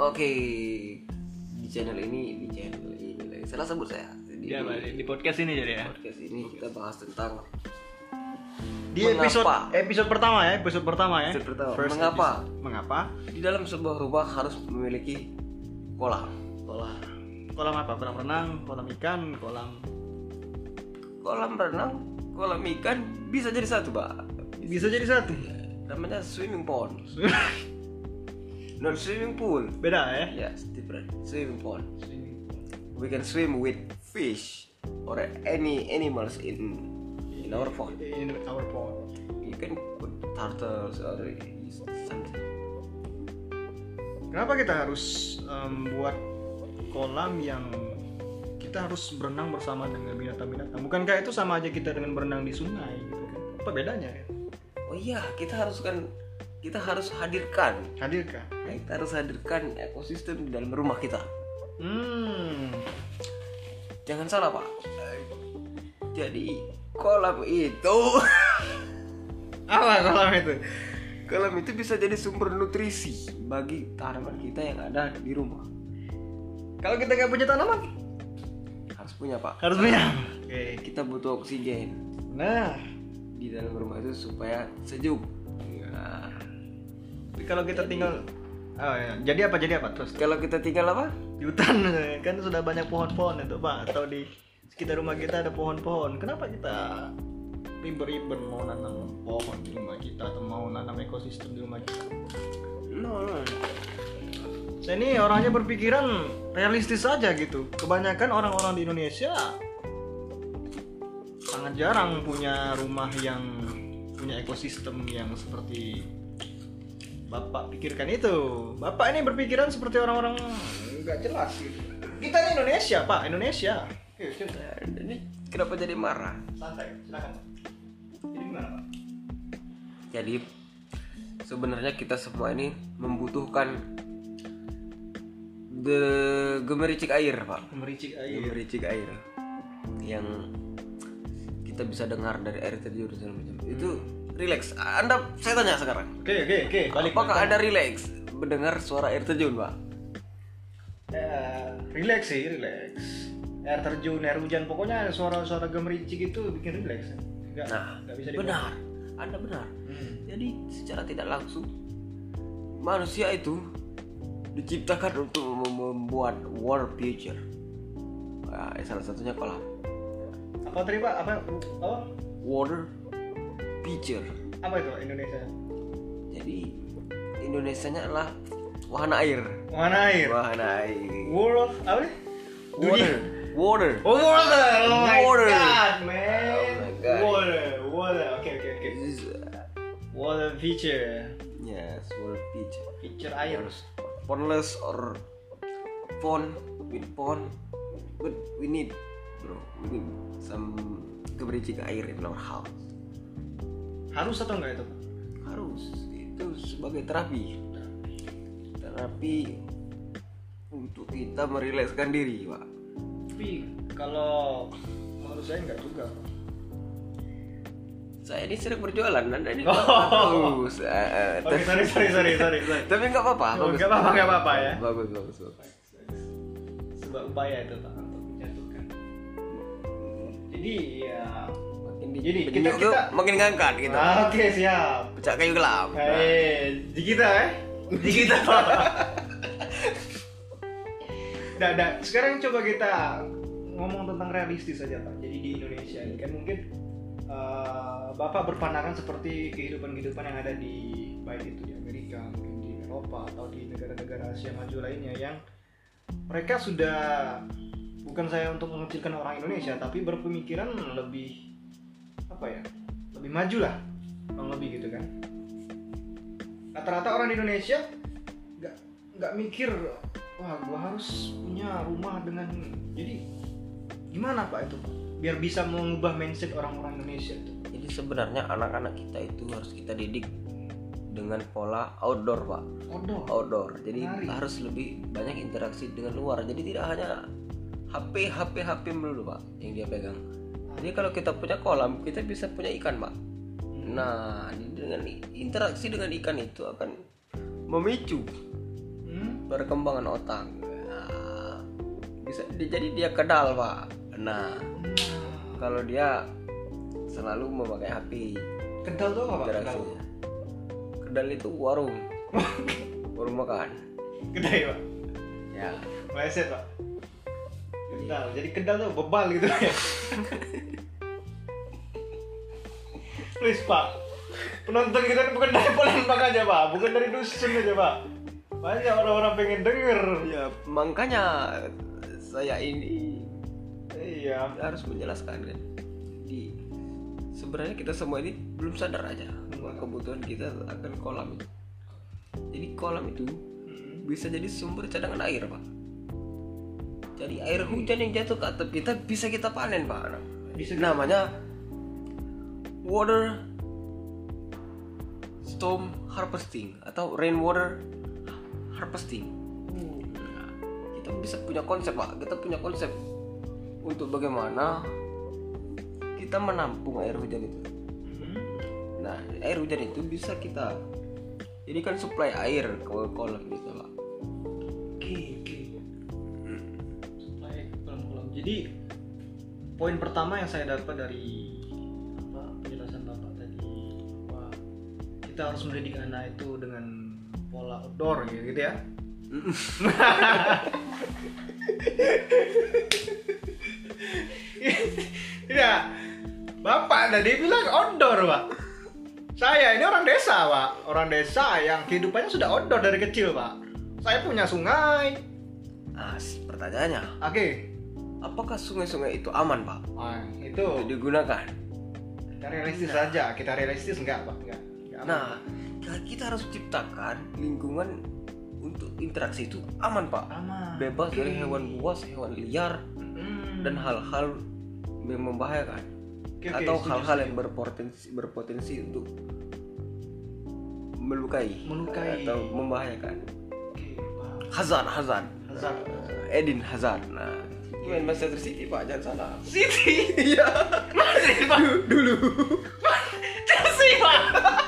Oke, di channel ini salah sebut saya. Di podcast ini jadi ya. Podcast ini kita bahas tentang Di episode pertama ya. Episode pertama. Mengapa? Di dalam sebuah rumah harus memiliki kolam. Kolam apa? Kolam renang, kolam ikan, Kolam renang, kolam ikan bisa jadi satu, Pak. Bisa jadi satu. Namanya swimming pond. Not swimming pool. Beda ya? Yes, different. Swimming pond. We can swim with fish or any animals in our pond. In our pond. You can put turtles or something. Kenapa kita harus buat kolam yang kita harus berenang bersama dengan binatang-binatang? Bukankah itu sama aja kita dengan berenang di sungai gitu kan? Apa bedanya ya? Oh iya, kita harus hadirkan. Kita harus hadirkan ekosistem di dalam rumah kita. Jangan salah, Pak. Jadi kolam itu apa kolam itu? Kolam itu bisa jadi sumber nutrisi bagi tanaman kita yang ada di rumah. Kalau kita nggak punya tanaman, Harus punya, Pak. harus punya. Oke, kita butuh oksigen. Nah, Di dalam rumah itu supaya sejuk. Nah, tapi kalau kita tinggal, jadi apa terus? kalau kita tinggal apa? Di hutan kan sudah banyak pohon-pohon itu Pak, atau di sekitar rumah kita ada pohon-pohon. Kenapa kita ribet-ribet mau nanam pohon di rumah kita atau mau nanam ekosistem di rumah kita? No. Saya ini orangnya berpikiran realistis saja gitu. Kebanyakan orang-orang di Indonesia sangat jarang punya rumah yang punya ekosistem yang seperti Bapak pikirkan itu. Bapak ini berpikiran seperti orang-orang nggak jelas gitu. Kita ini Indonesia, Pak, Indonesia. Ini kenapa jadi marah? Santai, silakan. Jadi gimana, Pak? Jadi sebenarnya kita semua ini membutuhkan gemericik air, Pak. Gemericik Air yang kita bisa dengar dari air terjun segala macam. Itu relax. Saya tanya sekarang. Oke. Apakah Anda relax mendengar suara air terjun, Pak? Relax. Air terjun, air hujan, pokoknya suara-suara gemericik itu bikin relax. Nggak bisa benar. Anda benar. Jadi secara tidak langsung manusia itu diciptakan untuk membuat water feature. Salah satunya kolam. Apa tadi, Pak? Apa? Water feature. Apa itu Indonesia? Jadi Indonesianya adalah wahana air. World apa nih? Water. Oh, water. Oh my Water. god, man. Oh my god. Water. Okay. This is, Water feature. yes, water feature. Feature air. Pondless or pond, but we need some gemericik air in our house. Harus atau enggak itu? Harus. Itu sebagai terapi untuk kita merilekskan diri, Pak. Tapi kalau menurut saya enggak juga. Saya ini sering berjualan, Anda ini Oh. bagus. Sorry. Tapi nggak apa-apa. Enggak apa-apa ya. Bagus. Sebuah upaya itu Pak untuk menjatuhkan. Jadi ya Jadi kita makin ngangkat gitu. Oke, siap. Pecah kayu gelap. Di kita. Sekarang coba kita ngomong tentang realistis saja, Pak. Jadi di Indonesia ini kan mungkin Bapak berpandangan seperti kehidupan yang ada di baik itu di Amerika, mungkin di Eropa atau di negara-negara Asia maju lainnya yang mereka sudah, bukan saya untuk mengecilkan orang Indonesia, tapi berpemikiran lebih lebih maju lah, lebih gitu kan. Rata-rata orang di Indonesia nggak mikir, wah gua harus punya rumah dengan, jadi gimana Pak itu biar bisa mengubah mindset orang-orang Indonesia itu? Jadi sebenarnya anak-anak kita itu harus kita didik dengan pola outdoor, Pak. Outdoor. Jadi harus lebih banyak interaksi dengan luar. Jadi tidak hanya HP melulu, Pak, yang dia pegang. Jadi kalau kita punya kolam, kita bisa punya ikan, Pak. Nah, dengan interaksi dengan ikan itu akan memicu perkembangan otak. Nah, jadi dia kedal pak. Nah kalau dia selalu memakai HP. Kedal tuh apa? Kedal itu warung makan. Kedai pak. Ya. Meleset pak. Kedal. Jadi kedal tuh bebal gitu ya. Please pak. Penonton kita bukan dari Palembang aja pak, bukan dari dusun aja pak. Banyak orang-orang pengen denger. Ya makanya saya ini harus menjelaskan kan. Jadi sebenarnya kita semua ini belum sadar aja kebutuhan kita akan kolam itu. Jadi kolam itu bisa jadi sumber cadangan air pak. Jadi air hujan yang jatuh ke atap kita bisa kita panen pak. Namanya water storm harvesting atau rainwater harvesting. Nah, kita bisa punya konsep pak. Kita punya konsep untuk bagaimana kita menampung air hujan itu. Nah air hujan itu bisa kita jadikan suplai air ke kolam gitu pak. Oke. Suplai ke kolam. Jadi poin pertama yang saya dapat dari penjelasan bapak tadi, bahwa kita harus mendidik anak itu dengan pola outdoor gitu ya. Tidak, bapak tadi bilang outdoor pak. Saya ini orang desa yang kehidupannya sudah outdoor dari kecil pak. Saya punya sungai. Pertanyaannya, Oke. apakah sungai-sungai itu aman pak? Itu Untuk digunakan. kita realistis saja. Kita realistis enggak pak? Enggak aman. Nah kita harus ciptakan lingkungan untuk interaksi itu aman pak. Aman. Bebas dari hewan buas, hewan liar, dan hal-hal yang membahayakan. Atau hal-hal yang berpotensi untuk melukai atau membahayakan. Hazard. Eden Hazard. Nah, itu main Manchester City pak, jangan salah. City. Iya. Masih pak. Dulu. Chelsea pak.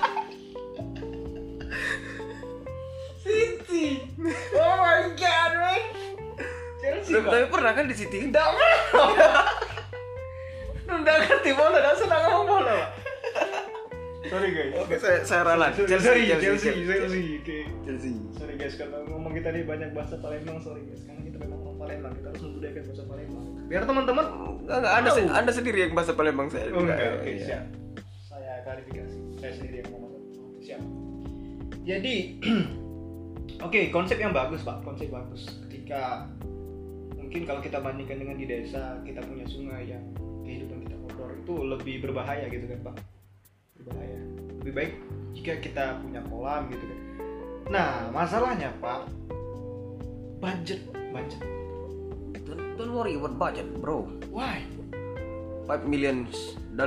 City. Oh my god man. Chelsea pak. Tapi pernah kan di City? Tidak pernah. Nggak ngerti bola, nggak senang ngomong bola pak. Sorry guys. Oke, saya ralat. Chelsea. Oke. Chelsea. Sorry guys, kalau ngomong kita nih banyak bahasa Palembang, sorry guys. Karena kita memang orang Palembang, kita harus membudayakan bahasa Palembang. Biar teman-teman Enggak, Anda sendiri yang bahasa Palembang saya. Enggak, oke, siap. Saya klarifikasi. Saya sendiri yang ngomong. Siap. Jadi oke, konsep yang bagus Pak, konsep bagus. Ketika mungkin kalau kita bandingkan dengan di desa, kita punya sungai yang kehidupan kita outdoor itu lebih berbahaya gitu kan Pak. Berbahaya. Lebih baik jika kita punya kolam gitu kan. Nah, masalahnya Pak, budget. Don't worry about budget, bro. Why? $5 million. No.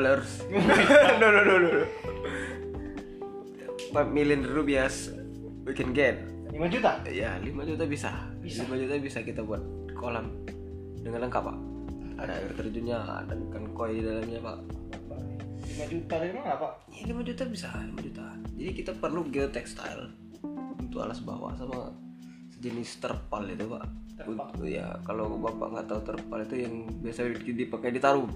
5 million rupiahs we can get. 5 juta? Ya, 5 juta bisa. 5 juta bisa kita buat kolam dengan lengkap, Pak. Ada air terjunnya, ada ikan koi di dalamnya, Pak. 5 juta dari mana, Pak? Ya, 5 juta bisa, 5 juta. Jadi kita perlu geotextile untuk alas bawah sama sejenis terpal itu, Pak. Untuk, ya, kalau Bapak nggak tahu terpal itu yang biasa dipakai di taruh.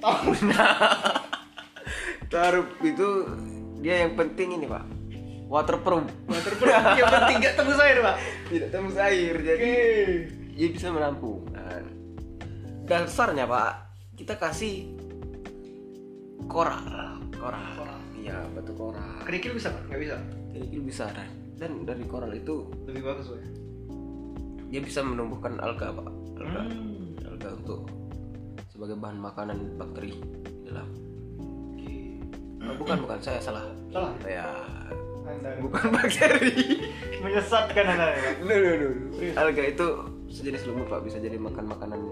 Taruh itu dia yang penting ini, Pak. Waterproof. Yang penting nggak tembus air, Pak. Tidak tembus air, jadi dia bisa menampung. Nah, dasarnya, Pak, kita kasih koral. Iya, batu koral. Kerikil bisa, Pak? Nggak bisa? Kerikil bisa, dan dari koral itu lebih bagus, Pak. Dia bisa menumbuhkan alga, Pak. Alga untuk sebagai bahan makanan bakteri di dalam. Bukan, saya salah. Ya, Anda bukan bakteri. menyesatkan Anda ya, Pak. No. Alga itu sejenis lumut, Pak, bisa jadi makanan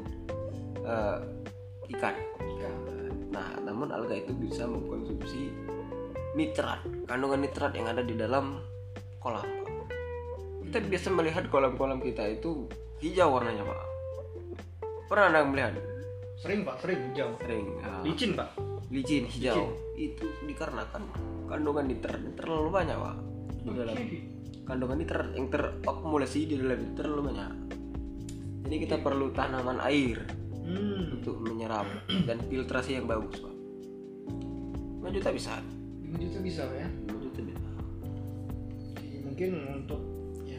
ikan. Nah, namun alga itu bisa mengkonsumsi nitrat, kandungan nitrat yang ada di dalam kolam, Pak. Kita biasa melihat kolam-kolam kita itu hijau warnanya, Pak. Pernah Anda melihat? Sering, Pak, hijau. Sering. Licin, Pak. Licin hijau. Itu dikarenakan kandungan nitrat terlalu banyak, Pak, di dalam kandungan ini yang terakumulasi di dalam itu terlalu banyak. Jadi kita perlu tanaman air untuk menyerap dan filtrasi yang bagus, Pak. 5 juta bisa. 5 juta bisa, Pak ya? 5 juta bisa. Jadi mungkin untuk ya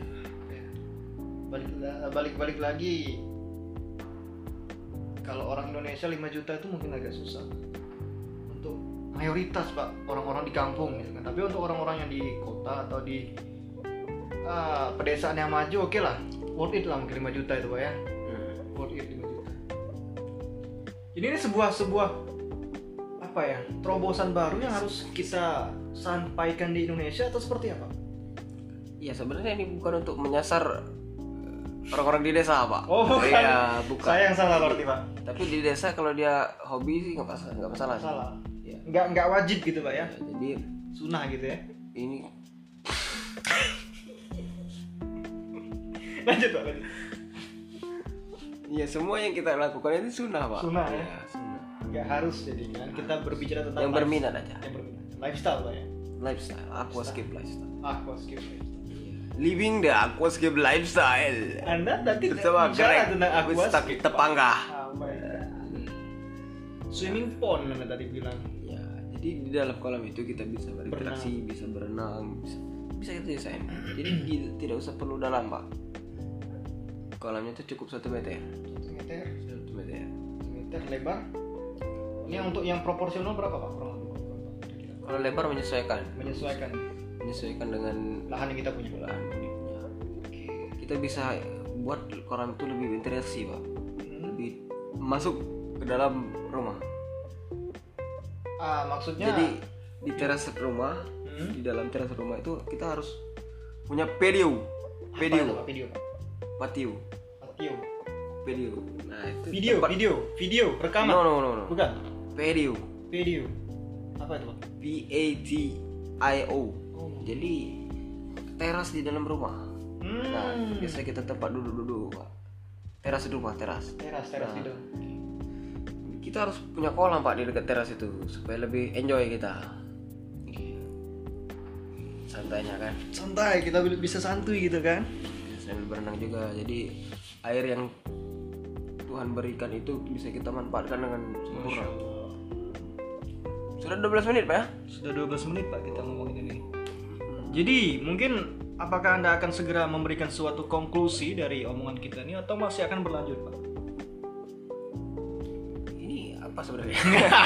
balik lagi, kalau orang Indonesia 5 juta itu mungkin agak susah untuk mayoritas, Pak, orang-orang di kampung gitu kan. Tapi untuk orang-orang yang di kota atau di pedesaan yang maju, oke lah, worth it lah mungkin 5 juta itu, Pak ya. Worth it 5 juta. Jadi ini sebuah apa ya, terobosan baru yang harus kita sampaikan di Indonesia atau seperti apa? Ya sebenarnya ini bukan untuk menyasar orang-orang di desa, Pak. Oh bukan. Ya, bukan. Saya yang salah berarti, Pak. Tapi di desa kalau dia hobi sih nggak masalah. Salah. Ya. Nggak wajib gitu, Pak ya. Jadi Sunnah gitu ya. ini Lanjut, Pak. ya semua yang kita lakukan itu sunnah, Pak. Sunnah, ya? Sunnah. Nggak harus jadi kan. Kita berbicara tentang Yang berminat aja. Yang berminat. Lifestyle, Pak ya. Lifestyle, aquascape lifestyle. Aquascape lifestyle. Living the aquascape lifestyle. Anda tadi Bersama bicara tentang Greg aquascape. Tepangga. Swimming pond Anda tadi bilang. Ya, jadi di dalam kolam itu kita bisa berinteraksi, bisa berenang, bisa kita desain. Jadi tidak usah perlu dalam, Pak. Kolamnya itu cukup 1 meter. 1 meter. 1 meter. 1 meter lebar. Ini untuk yang proporsional berapa, Pak? Kurang lebih. Kalau lebar menyesuaikan dengan lahan yang kita punya. Kita bisa buat kolam itu lebih berinteraksi, Pak. Lebih masuk ke dalam rumah. Maksudnya jadi di teras rumah, di dalam teras rumah itu kita harus punya patio. Nah, itu video rekaman. No. Bukan. Patio. Apa itu, Pak? PATIO. Jadi teras di dalam rumah. Nah, biasa kita tempat duduk, Pak. Teras rumah, teras Nah, itu. Kita harus punya kolam, Pak, di dekat teras itu supaya lebih enjoy kita. Santainya kan. Santai, kita bisa santuy gitu kan. Sambil berenang juga. Jadi air yang Tuhan berikan itu bisa kita manfaatkan dengan sempurna. Sudah 12 menit, Pak ya? Sudah 12 menit, Pak, kita ngomongin ini. Jadi, mungkin apakah Anda akan segera memberikan suatu konklusi dari omongan kita ini atau masih akan berlanjut, Pak? Ini apa sebenarnya?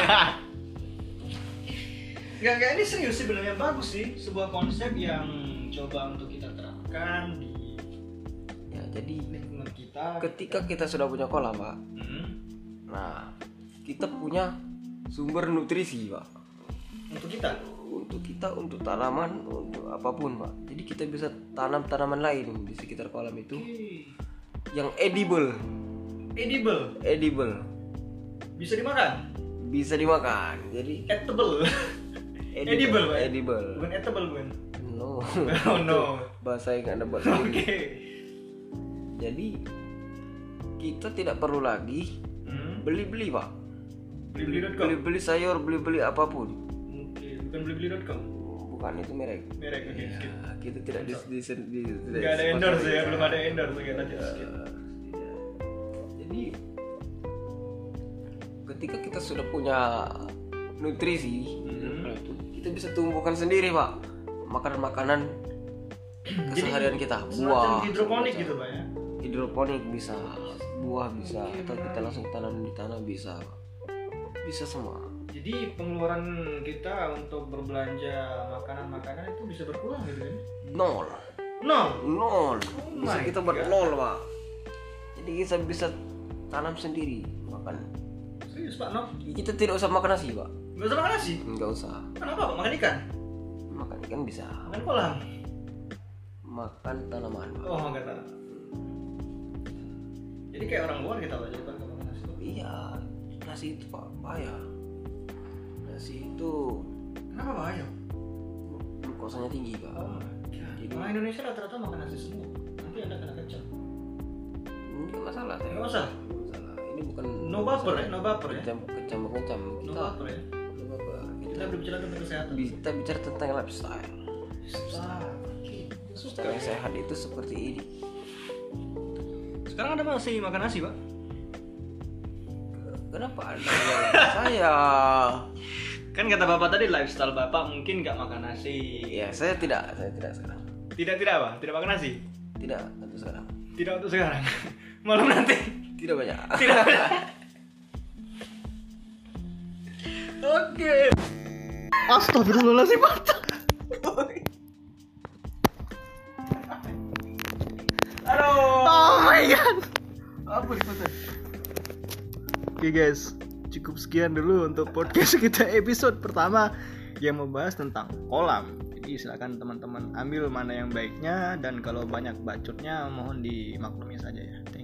Enggak, ini serius sih, sebenarnya bagus sih. Sebuah konsep yang coba untuk kita terapkan di jadi lingkungan kita. Ketika kita sudah punya kolam, Pak. Nah, kita punya sumber nutrisi, Pak. Untuk kita, untuk tanaman, untuk apapun, Pak. Jadi kita bisa tanam tanaman lain di sekitar kolam itu yang edible. Bisa dimakan. Jadi edible, Pak. Edible. Bukan edible, bukan. No. Bahasa yang Anda buat sendiri. Oke. Jadi kita tidak perlu lagi beli-beli, Pak. Beli sayur, beli apapun. Oke, bukan beli-beli.com. Bukan, itu merek. Oke. Kita tidak Enggak ada endorse ya, belum ada endorse lagi. Jadi ketika kita sudah punya nutrisi, itu kita bisa tumbuhkan sendiri, Pak. Makanan keseharian kita. Buah. Hidroponik gitu, Pak ya. Hidroponik bisa, buah bisa, atau kita langsung tanam di tanah bisa. Bisa semua. Jadi pengeluaran kita untuk berbelanja makanan itu bisa berkurang gitu kan? Nol. Bisa kita buat nol, Pak. Jadi kita bisa tanam sendiri, makan. Serius, Pak? No? Kita tidak usah makan nasi, Pak. Nggak usah makan nasi? Nggak usah. Kenapa, Pak? Makan ikan? Makan ikan bisa. Makan kolam? Makan tanaman, Pak. Oh, makan tanaman. Jadi kayak orang luar kita aja Pak makan nasi. Iya, nasi itu, Pak, bahaya. Nasi itu kenapa bahaya? glukosanya tinggi, Pak. Jadi orang Indonesia rata-rata makan nasi semua. Nanti Anda kena kecap. Ini nggak masalah, nggak masalah. Ini bukan no baper ya. Kecam. No baper ya. Kita berbicara tentang kesehatan. Kita bicara tentang lifestyle. Lifestyle yang sehat itu seperti ini. Sekarang Anda masih makan nasi, Pak? Kenapa Anda saya? Kan kata Bapak tadi lifestyle Bapak mungkin nggak makan nasi. Ya, saya tidak sekarang. Tidak apa? Tidak makan nasi? Tidak untuk sekarang. Tidak untuk sekarang. Malam nanti. Tidak banyak. Tidak. Oke. Astagfirullahaladzim. Aduh. Oh my god. Apa foto? Oke guys, cukup sekian dulu untuk podcast kita episode pertama yang membahas tentang kolam. Jadi silakan teman-teman ambil mana yang baiknya, dan kalau banyak bacotnya mohon dimaklumi saja ya.